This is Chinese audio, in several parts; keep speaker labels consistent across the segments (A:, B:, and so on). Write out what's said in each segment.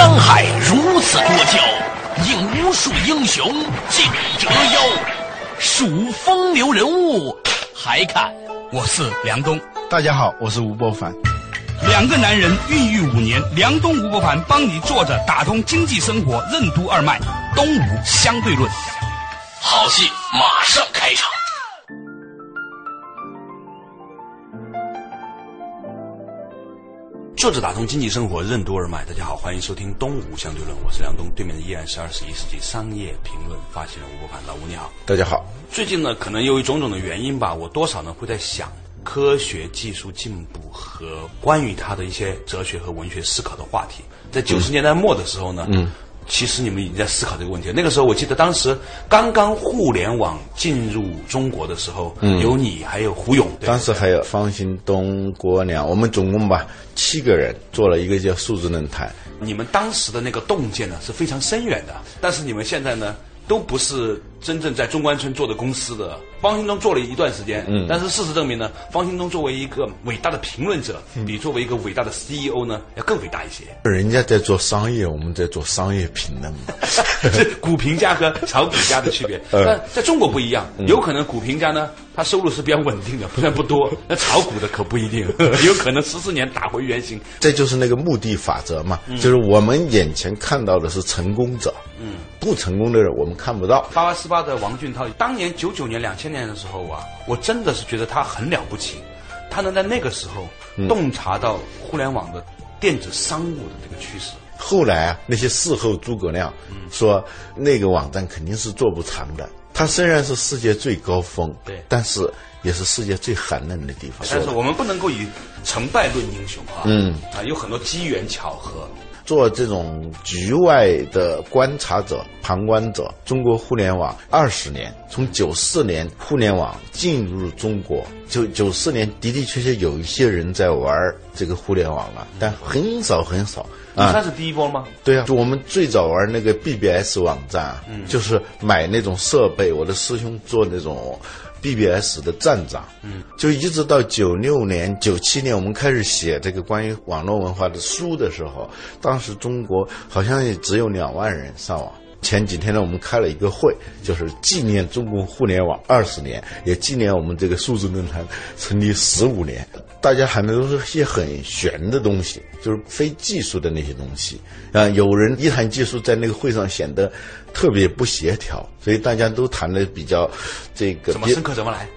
A: 山海如此多娇，引无数英雄尽折腰。数风流人物，还看
B: 我是梁冬。
C: 大家好，我是吴伯凡。
B: 两个男人孕育5年，梁冬、吴伯凡帮你做着打通经济生活任督二脉，东吴相对论。
A: 好戏马上开场。
D: 就着打通经济生活任督二脉，大家好，欢迎收听东吴相对论，我是梁冬，对面的依然是21世纪商业评论发起人吴伯凡。老吴你好。
C: 大家好。
D: 最近呢，可能由于种种的原因吧，我多少呢会在想科学技术进步和关于它的一些哲学和文学思考的话题。在90年代末的时候呢，其实你们已经在思考这个问题。那个时候我记得当时刚刚互联网进入中国的时候，有你还有胡勇，
C: 当时还有方兴东、郭亮，我们总共吧7个人做了一个叫数字论坛。
D: 你们当时的那个洞见呢是非常深远的，但是你们现在呢都不是真正在中关村做的公司的。方兴东做了一段时间，但是事实证明呢，方兴东作为一个伟大的评论者，比作为一个伟大的 CEO 呢要更伟大一些。
C: 人家在做商业，我们在做商业评论
D: 是股评家和炒股家的区别。但在中国不一样，有可能股评家呢他收入是比较稳定的，虽然不多，那炒股的可不一定，有可能14年打回原形。
C: 这就是那个目的法则嘛，就是我们眼前看到的是成功者，不成功的人我们看不到。
D: 8848的王俊涛，当年99年、2000年的时候啊，我真的是觉得他很了不起，他能在那个时候洞察到互联网的电子商务的这个趋势。
C: 后来啊，那些事后诸葛亮说那个网站肯定是做不长的。它虽然是世界最高峰，对，但是也是世界最寒冷的地方。
D: 但是我们不能够以成败论英雄啊，有很多机缘巧合。
C: 做这种局外的观察者、旁观者，中国互联网20年，从94年互联网进入中国，就94年的的确确有一些人在玩这个互联网了，但很少很少。
D: 你算是第一波吗？
C: 对啊，就我们最早玩那个 BBS 网站啊，就是买那种设备，我的师兄做那种BBS 的站长，就一直到96年、97年，我们开始写这个关于网络文化的书的时候，当时中国好像也只有2万人上网。前几天呢，我们开了一个会，就是纪念中国互联网20年，也纪念我们这个数字论坛成立15年。大家喊的都是一些很玄的东西，就是非技术的那些东西啊。有人一谈技术，在那个会上显得特别不协调，所以大家都谈的比较这个
D: 怎么深刻怎么来。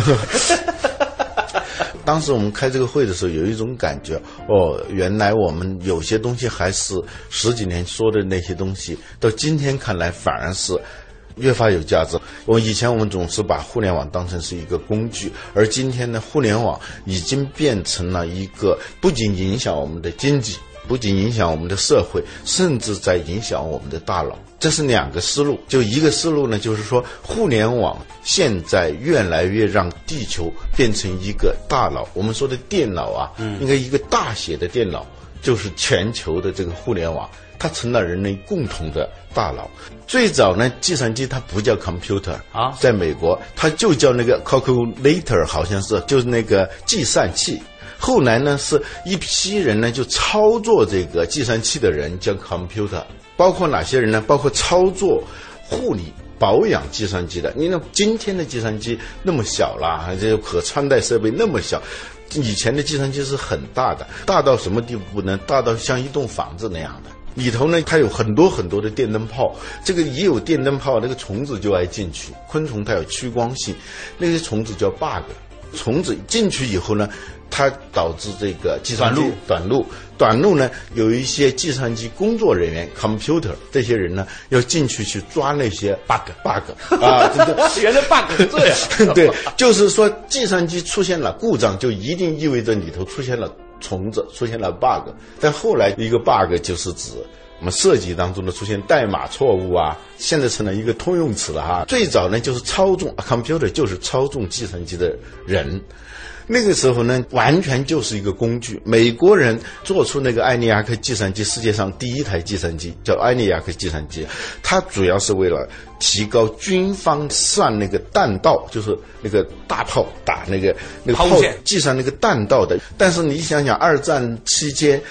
C: 当时我们开这个会的时候，有一种感觉，原来我们有些东西还是10几年说的那些东西，到今天看来反而是越发有价值。以前我们总是把互联网当成是一个工具，而今天呢，互联网已经变成了一个不仅影响我们的经济，不仅影响我们的社会，甚至在影响我们的大脑。这是2个思路。就一个思路呢，就是说互联网现在越来越让地球变成一个大脑，我们说的电脑啊，应该一个大写的电脑，就是全球的这个互联网，它成了人类共同的大脑。最早呢，计算机它不叫 computer 啊，在美国它就叫那个 calculator， 好像是就是那个计算器。后来呢，是一批人呢就操作这个计算器的人叫 computer， 包括哪些人呢？包括操作、护理、保养计算机的。你看今天的计算机那么小了，这个可穿戴设备那么小，以前的计算机是很大的，大到什么地步呢？大到像一栋房子那样的。里头呢，它有很多很多的电灯泡，这个一有电灯泡，那个虫子就爱进去。昆虫它有趋光性，那些虫子叫 bug。虫子进去以后呢，它导致这个计算机短路呢，有一些计算机工作人员 computer 这些人呢，要进去抓那些 bug 啊，
D: 原来 bug 是这样。
C: 对，就是说计算机出现了故障，就一定意味着里头出现了虫子，出现了 bug。但后来一个 bug 就是指我们设计当中的出现代码错误啊，现在成了一个通用词了哈。最早呢，就是操纵 computer， 就是操纵计算机的人。那个时候呢，完全就是一个工具。美国人做出那个埃尼亚克计算机，世界上第一台计算机叫埃尼亚克计算机，它主要是为了提高军方算那个弹道，就是那个大炮打那个炮计算那个弹道的。但是你想想，2战期间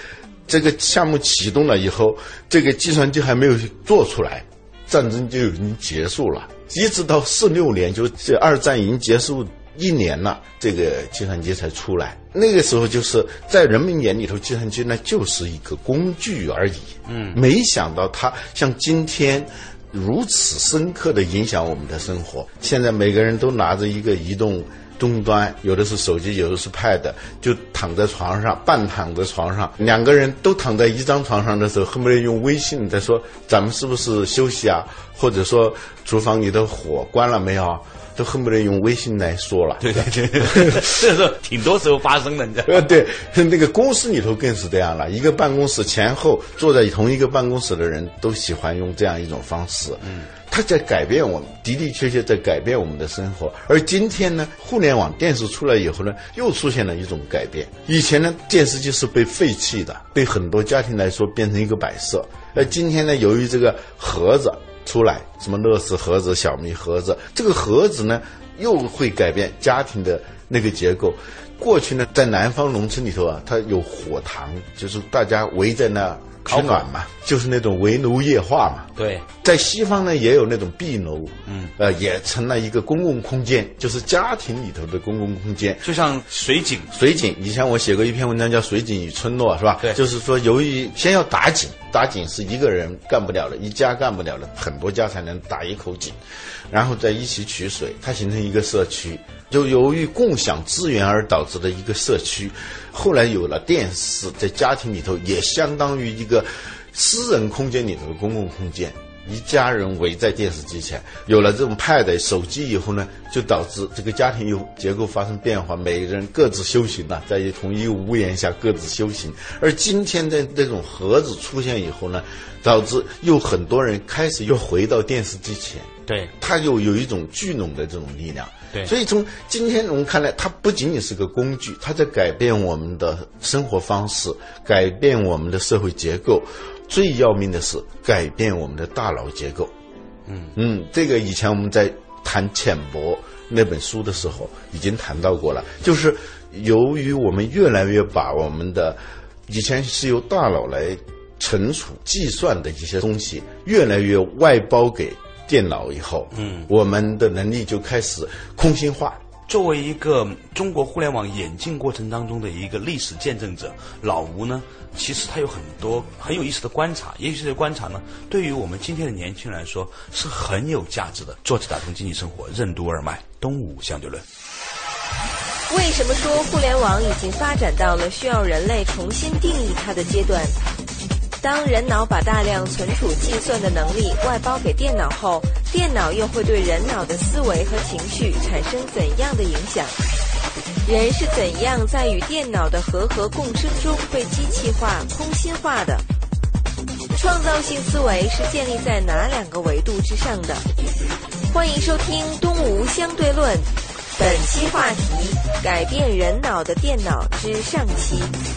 C: 这个项目启动了以后，这个计算机还没有做出来，战争就已经结束了。一直到46年，就这二战已经结束1年了，这个计算机才出来。那个时候就是在人们眼里头，计算机呢就是一个工具而已。没想到它像今天如此深刻的影响我们的生活。现在每个人都拿着一个移动终端，有的是手机，有的是 pad， 就躺在床上，半躺在床上，两个人都躺在一张床上的时候，恨不得用微信在说咱们是不是休息啊，或者说厨房里的火关了没有啊，都恨不得用微信来说了。
D: 对，这时候挺多时候发生的，你知道吗？
C: 对，那个公司里头更是这样了，一个办公室前后坐在同一个办公室的人都喜欢用这样一种方式。它在改变我们，的的确确在改变我们的生活。而今天呢，互联网电视出来以后呢，又出现了一种改变。以前呢，电视机是被废弃的，对很多家庭来说变成一个摆设。而今天呢，由于这个盒子出来，什么乐视盒子、小米盒子，这个盒子呢又会改变家庭的那个结构。过去呢，在南方农村里头啊，它有火塘，就是大家围在那取暖嘛，就是那种围炉夜话嘛。
D: 对，
C: 在西方呢也有那种壁炉，也成了一个公共空间，就是家庭里头的公共空间，
D: 就像水井。
C: 以前我写过一篇文章叫《水井与村落》，是吧？
D: 对，
C: 就是说由于先要打井是一个人干不了的，一家干不了的，很多家才能打一口井，然后再一起取水，它形成一个社区。就由于共享资源而导致的一个社区，后来有了电视，在家庭里头也相当于一个私人空间里头的公共空间，一家人围在电视机前。有了这种pad手机以后呢，就导致这个家庭又结构发生变化，每个人各自修行了，在同一个屋檐下各自修行。而今天的这种盒子出现以后呢，导致又很多人开始又回到电视机前。
D: 对，
C: 它又有一种聚拢的这种力量。
D: 对，
C: 所以从今天我们看来，它不仅仅是个工具，它在改变我们的生活方式，改变我们的社会结构，最要命的是改变我们的大脑结构。这个以前我们在谈《浅薄》那本书的时候已经谈到过了，就是由于我们越来越把我们的以前是由大脑来存储计算的一些东西，越来越外包给电脑以后，我们的能力就开始空心化。
D: 作为一个中国互联网演进过程当中的一个历史见证者，老吴呢，其实他有很多很有意思的观察，也许这些观察呢，对于我们今天的年轻人来说是很有价值的。作者打通经济生活，任督二脉，东吴相对论。
E: 为什么说互联网已经发展到了需要人类重新定义它的阶段？当人脑把大量存储计算的能力外包给电脑后，电脑又会对人脑的思维和情绪产生怎样的影响？人是怎样在与电脑的和合共生中被机器化、空心化的？创造性思维是建立在哪2个维度之上的？欢迎收听东吴相对论，本期话题：改变人脑的电脑之上期。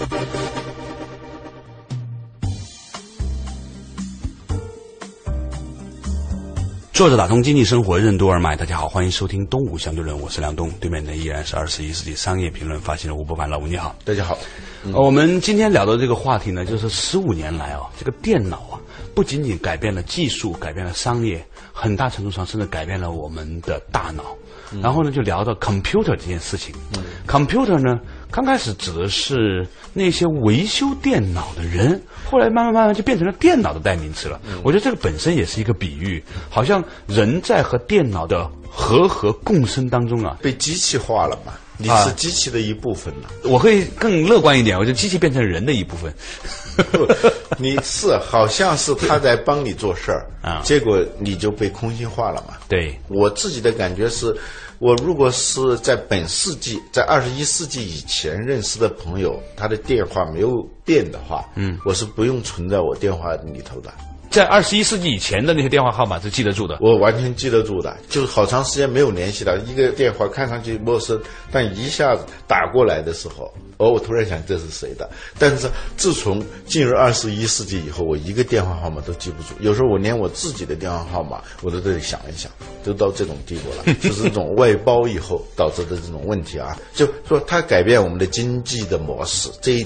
D: 作者打通经济生活，任督二脉。大家好，欢迎收听东吴相对论，我是梁东，对面的依然是21世纪商业评论发行人吴伯凡。老吴你好。
C: 大家好。
D: 我们今天聊的这个话题呢，就是15年来这个电脑不仅仅改变了技术，改变了商业，很大程度上甚至改变了我们的大脑。然后呢，就聊到 computer 这件事情。computer 呢，刚开始指的是那些维修电脑的人，后来慢慢就变成了电脑的代名词了。我觉得这个本身也是一个比喻，好像人在和电脑的和合共生当中
C: 被机器化了嘛。你是机器的一部分了。
D: 我会更乐观一点，我觉得机器变成人的一部分。
C: 你是好像是他在帮你做事儿结果你就被空心化了嘛。
D: 对，
C: 我自己的感觉是，我如果是在本世纪，在21世纪以前认识的朋友，他的电话没有变的话，我是不用存在我电话里头的。
D: 在21世纪以前的那些电话号码是记得住的，
C: 我完全记得住的，就是好长时间没有联系了，一个电话看上去陌生，但一下子打过来的时候，我突然想这是谁的。但是自从进入21世纪以后，我一个电话号码都记不住，有时候我连我自己的电话号码我都得想一想，都到这种地步了。就是这种外包以后导致的这种问题就说它改变我们的经济的模式，这一点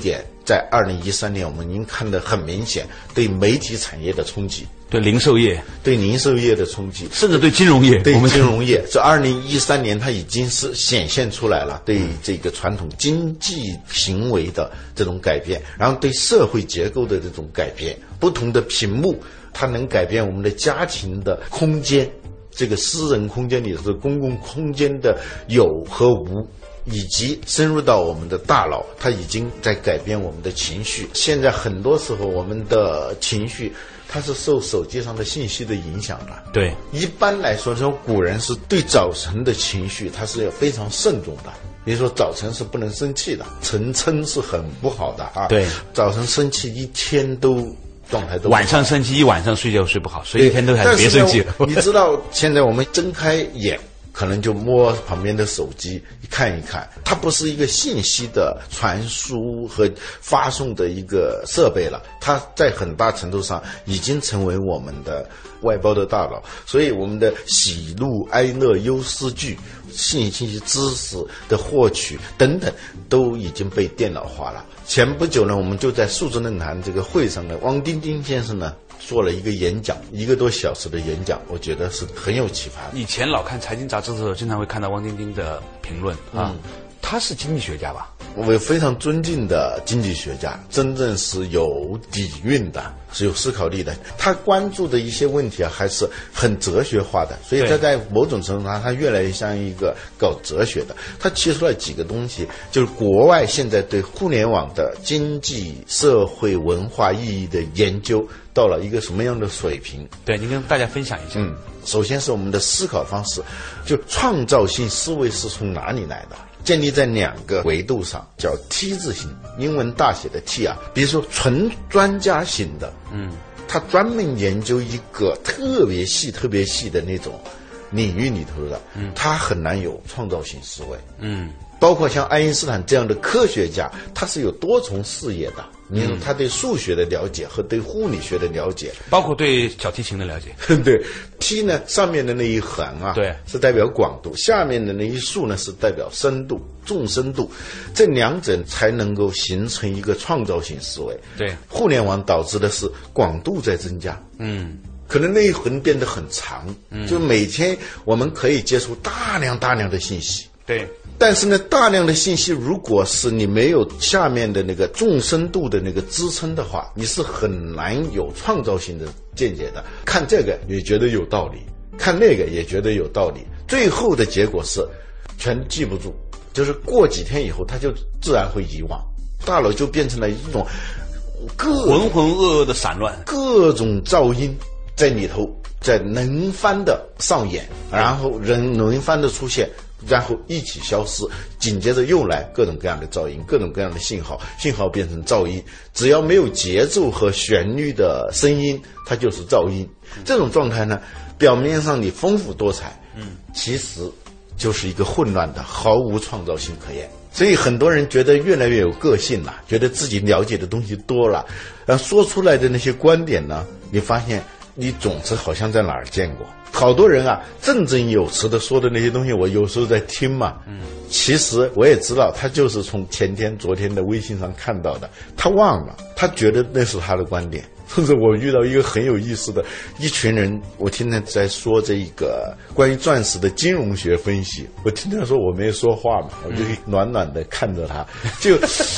C: 在2013年我们已经看得很明显，对媒体产业的冲击，
D: 对零售业
C: 的冲击，
D: 甚至对金融业，
C: 对金融业，这2013年它已经是显现出来了，对这个传统经济行为的这种改变，然后对社会结构的这种改变，不同的屏幕它能改变我们的家庭的空间，这个私人空间里的公共空间的有和无，以及深入到我们的大脑，它已经在改变我们的情绪。现在很多时候我们的情绪它是受手机上的信息的影响的。
D: 对，
C: 一般来说，这种古人是对早晨的情绪，它是要非常慎重的。比如说早晨是不能生气的，晨嗔是很不好的啊。
D: 对，
C: 早晨生气一天都状态都不好，
D: 晚上生气一晚上睡觉睡不好，所以一天都还是别生气了。
C: 你知道现在我们睁开眼，可能就摸旁边的手机看一看，它不是一个信息的传输和发送的一个设备了，它在很大程度上已经成为我们的外包的大脑，所以我们的喜怒哀乐忧思惧、信息知识的获取等等，都已经被电脑化了。前不久呢，我们就在数字论坛这个会上呢，汪丁丁先生呢做了一个演讲，1个多小时的演讲，我觉得是很有启发的。
D: 以前老看财经杂志的时候，经常会看到汪丁丁的评论啊，他是经济学家吧？
C: 我非常尊敬的经济学家，真正是有底蕴的，是有思考力的。他关注的一些问题啊，还是很哲学化的，所以他在某种程度上，他越来越像一个搞哲学的。他提出了几个东西，就是国外现在对互联网的经济、社会、文化意义的研究到了一个什么样的水平？
D: 对，您跟大家分享一下。
C: 首先是我们的思考方式，就创造性思维是从哪里来的？建立在2个维度上，叫 T 字形，英文大写的 T 啊。比如说纯专家型的，他专门研究一个特别细的那种领域里头的，他很难有创造性思维。包括像爱因斯坦这样的科学家，他是有多重视野的。你说他对数学的了解和对物理学的了解，
D: 包括对小提琴的了解。
C: 对 T 呢，上面的那一横啊，
D: 对，
C: 是代表广度，下面的那一竖呢是代表深度、纵深度，这2者才能够形成一个创造性思维。
D: 对，
C: 互联网导致的是广度在增加，可能那一横变得很长，就每天我们可以接触大量的信息。
D: 对。
C: 但是呢，大量的信息，如果是你没有下面的那个纵深度的那个支撑的话，你是很难有创造性的见解的。看这个也觉得有道理，看那个也觉得有道理，最后的结果是全记不住，就是过几天以后，它就自然会遗忘，大脑就变成了一种
D: 浑浑噩噩的散乱，
C: 各种噪音在里头，在轮番的上演，然后轮番的出现，然后一起消失，紧接着又来各种各样的噪音，各种各样的信号变成噪音，只要没有节奏和旋律的声音，它就是噪音。这种状态呢，表面上你丰富多彩，其实就是一个混乱的，毫无创造性可言。所以很多人觉得越来越有个性了，觉得自己了解的东西多了，然后说出来的那些观点呢，你发现你总是好像在哪儿见过。好多人啊，振振有词的说的那些东西，我有时候在听嘛，其实我也知道他就是从前天、昨天的微信上看到的，他忘了，他觉得那是他的观点。甚至我遇到一个很有意思的一群人，我听他在说这个关于钻石的金融学分析，我听他说我没说话嘛，我就暖暖的看着他，就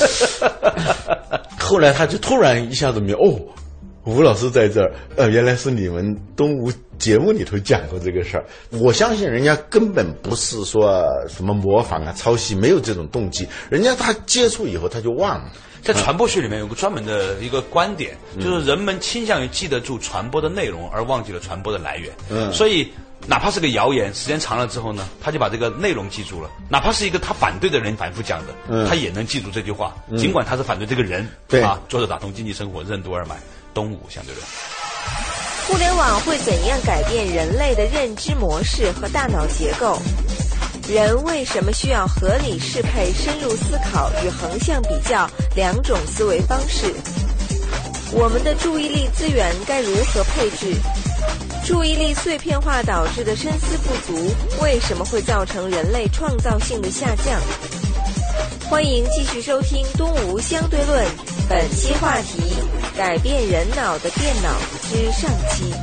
C: 后来他就突然一下子明白，吴老师在这儿，原来是你们东吴节目里头讲过这个事儿。我相信人家根本不是说什么模仿啊、抄袭，没有这种动机，人家他接触以后他就忘了。
D: 在传播学里面有个专门的一个观点，就是人们倾向于记得住传播的内容，而忘记了传播的来源。所以哪怕是个谣言，时间长了之后呢，他就把这个内容记住了。哪怕是一个他反对的人反复讲的，他也能记住这句话，尽管他是反对这个人。对啊，作者打通经济生活，任督二脉，东吴相对论。
E: 互联网会怎样改变人类的认知模式和大脑结构？人为什么需要合理适配深入思考与横向比较2种思维方式？我们的注意力资源该如何配置？注意力碎片化导致的深思不足为什么会造成人类创造性的下降？欢迎继续收听《东吴相对论》， 本期话题：改变人脑的电脑之上期。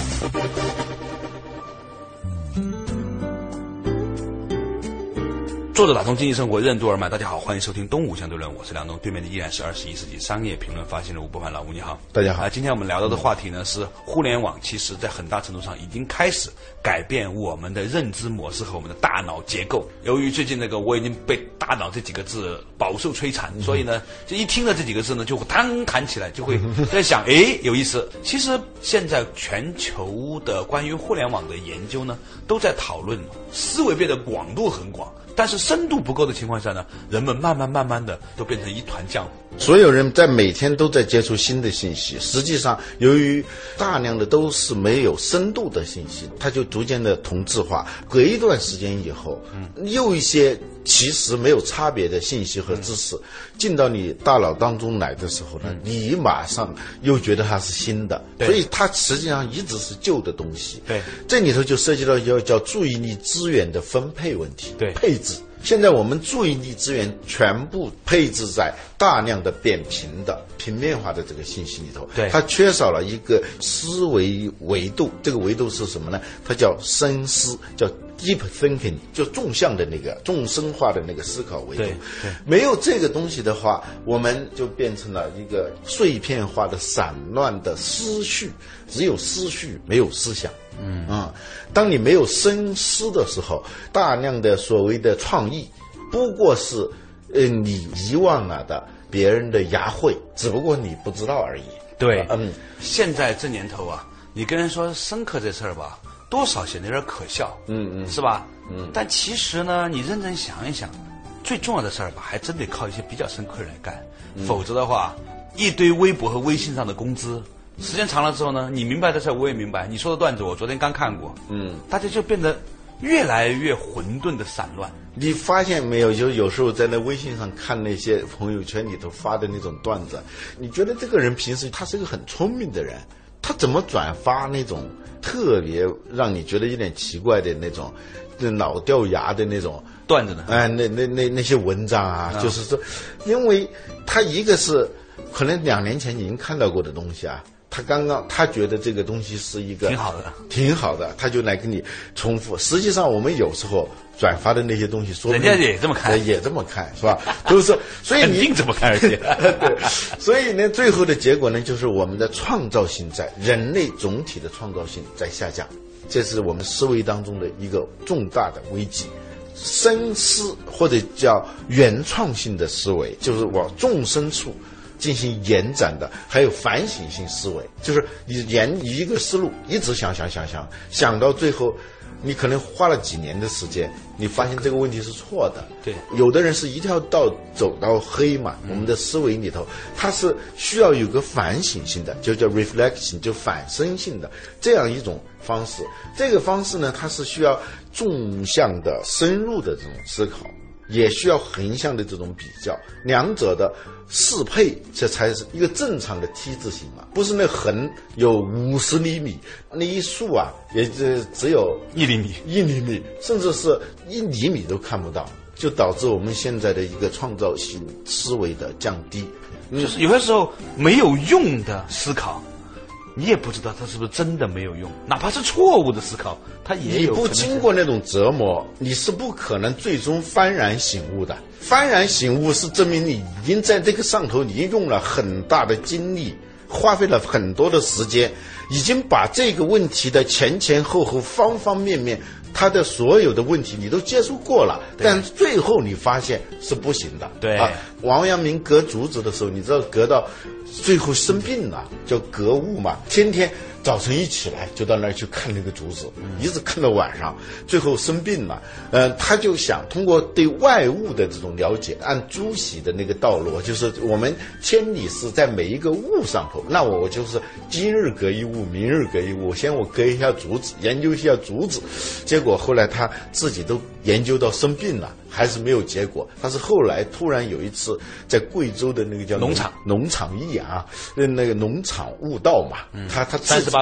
D: 作者打通经济生活，任督二脉。大家好，欢迎收听东吴相对论，我是梁东，对面的依然是21世纪商业评论发现人吴伯凡。老吴你好。
C: 大家好。
D: 今天我们聊到的话题呢，是互联网其实在很大程度上已经开始改变我们的认知模式和我们的大脑结构。由于最近我已经被大脑这几个字饱受摧残，所以呢，就一听到这几个字呢，就会弹起来，就会在想，有意思。其实现在全球的关于互联网的研究呢，都在讨论思维变得广度很广，但是深度不够的情况下呢，人们慢慢的都变成一团浆糊。
C: 所有人在每天都在接触新的信息，实际上由于大量的都是没有深度的信息，它就逐渐的同质化。隔一段时间以后，又一些其实没有差别的信息和知识进到你大脑当中来的时候呢，你马上又觉得它是新的，所以它实际上一直是旧的东西。
D: 对，
C: 这里头就涉及到叫注意力资源的分配问题。
D: 对，
C: 配置。现在我们注意力资源全部配置在大量的扁平的平面化的这个信息里头，
D: 对，
C: 它缺少了一个思维维度。这个维度是什么呢？它叫深思，叫 deep thinking， 就纵向的那个纵深化的那个思考维度。
D: 对，
C: 没有这个东西的话，我们就变成了一个碎片化的散乱的思绪，只有思绪没有思想。当你没有深思的时候，大量的所谓的创意不过是你遗忘了的别人的牙慧，只不过你不知道而已。
D: 对，现在这年头啊，你跟人说深刻这事儿吧，多少显得有点可笑，是吧？但其实呢，你认真想一想，最重要的事儿吧，还真得靠一些比较深刻的人干，否则的话，一堆微博和微信上的工资。时间长了之后呢，你明白的事我也明白，你说的段子我昨天刚看过，大家就变得越来越混沌的散乱。
C: 你发现没有？就有时候在那微信上看那些朋友圈里头发的那种段子，你觉得这个人平时他是个很聪明的人，他怎么转发那种特别让你觉得有点奇怪的那种脑掉牙的那种
D: 段子呢？
C: 那些文章啊，就是说，因为他一个是可能2年前已经看到过的东西啊。他觉得这个东西是一个挺好的，他就来跟你重复。实际上我们有时候转发的那些东西，说
D: 人家也这么看，
C: 是吧？都是，所以你
D: 肯定这么看，而且
C: 对，所以呢，最后的结果呢，就是我们的创造性人类总体的创造性在下降，这是我们思维当中的一个重大的危机。深思或者叫原创性的思维，就是往纵深处进行延展的，还有反省性思维，就是你一个思路一直想到最后，你可能花了几年的时间，你发现这个问题是错的。
D: 对，
C: 有的人是一条道走到黑嘛，我们的思维里头，它是需要有个反省性的，就叫 reflection， 就反身性的这样一种方式。这个方式呢，它是需要纵向的深入的这种思考，也需要横向的这种比较，两者的适配，这才是一个正常的 T 字形嘛。不是那横有50厘米，那一竖啊，也只有
D: 1厘米，
C: 甚至是1厘米都看不到，就导致我们现在的一个创造性思维的降低。
D: 就是有些时候没有用的思考，你也不知道它是不是真的没有用，哪怕是错误的思考，它也有。
C: 你不经过那种折磨，你是不可能最终幡然醒悟的。幡然醒悟是证明你已经在这个上头，你用了很大的精力，花费了很多的时间，已经把这个问题的前后方方面面，它的所有的问题你都接触过了，但最后你发现是不行的。
D: 对
C: 啊，王阳明割竹子的时候，你知道割到最后生病了，叫格物嘛，天天早晨一起来就到那儿去看那个竹子，一直看到晚上，最后生病了。他就想通过对外物的这种了解，按朱熹的那个道路，就是我们千里是在每一个物上头，那我就是今日割一物，明日割一物，我割一下竹子，研究一下竹子，结果后来他自己都研究到生病了，还是没有结果。但是后来突然有一次在贵州的那个叫农场驿啊，那个农场悟道嘛，他38岁，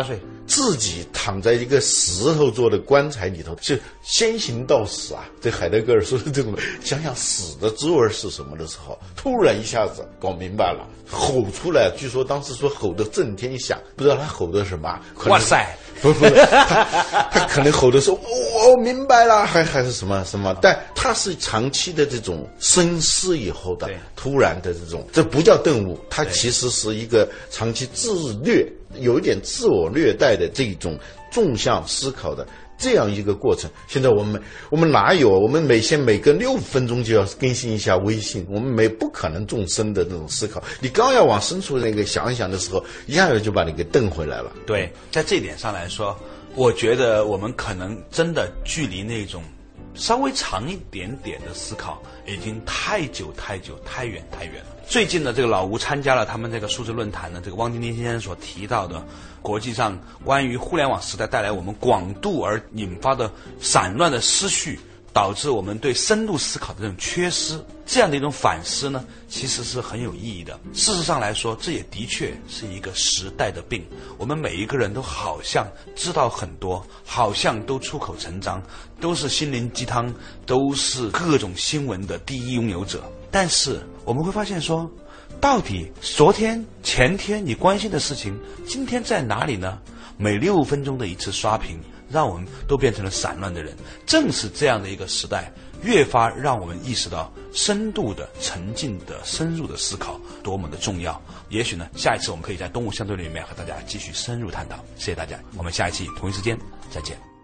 C: 自己躺在一个石头做的棺材里头，就先行到死啊！这海德格尔说的这种，想想死的滋味是什么的时候，突然一下子搞明白了，吼出来。据说当时说吼得震天响，不知道他吼的什么。
D: 哇塞！
C: 不，他可能吼的是我明白了，还是什么，但他是长期的这种深思以后的突然的这种，这不叫顿悟，他其实是一个长期自虐，有一点自我虐待的这种纵向思考的这样一个过程。现在我们哪有？我们每隔6分钟就要更新一下微信，我们不可能纵深的那种思考。你刚要往深处那个想一想的时候，一下子就把你给瞪回来了。
D: 对，在这一点上来说，我觉得我们可能真的距离那种稍微长一点点的思考已经太久太远了。最近的这个老吴参加了他们这个数字论坛的这个汪丁丁先生所提到的国际上关于互联网时代带来我们广度而引发的散乱的思绪，导致我们对深度思考的这种缺失，这样的一种反思呢，其实是很有意义的。事实上来说，这也的确是一个时代的病。我们每一个人都好像知道很多，好像都出口成章，都是心灵鸡汤，都是各种新闻的第一拥有者。但是我们会发现说，到底昨天前天你关心的事情，今天在哪里呢？每6分钟的一次刷屏，让我们都变成了散乱的人。正是这样的一个时代，越发让我们意识到深度的、沉浸的、深入的思考多么的重要。也许呢，下一次我们可以在东吴相对论里面和大家继续深入探讨。谢谢大家，我们下一期同一时间再见。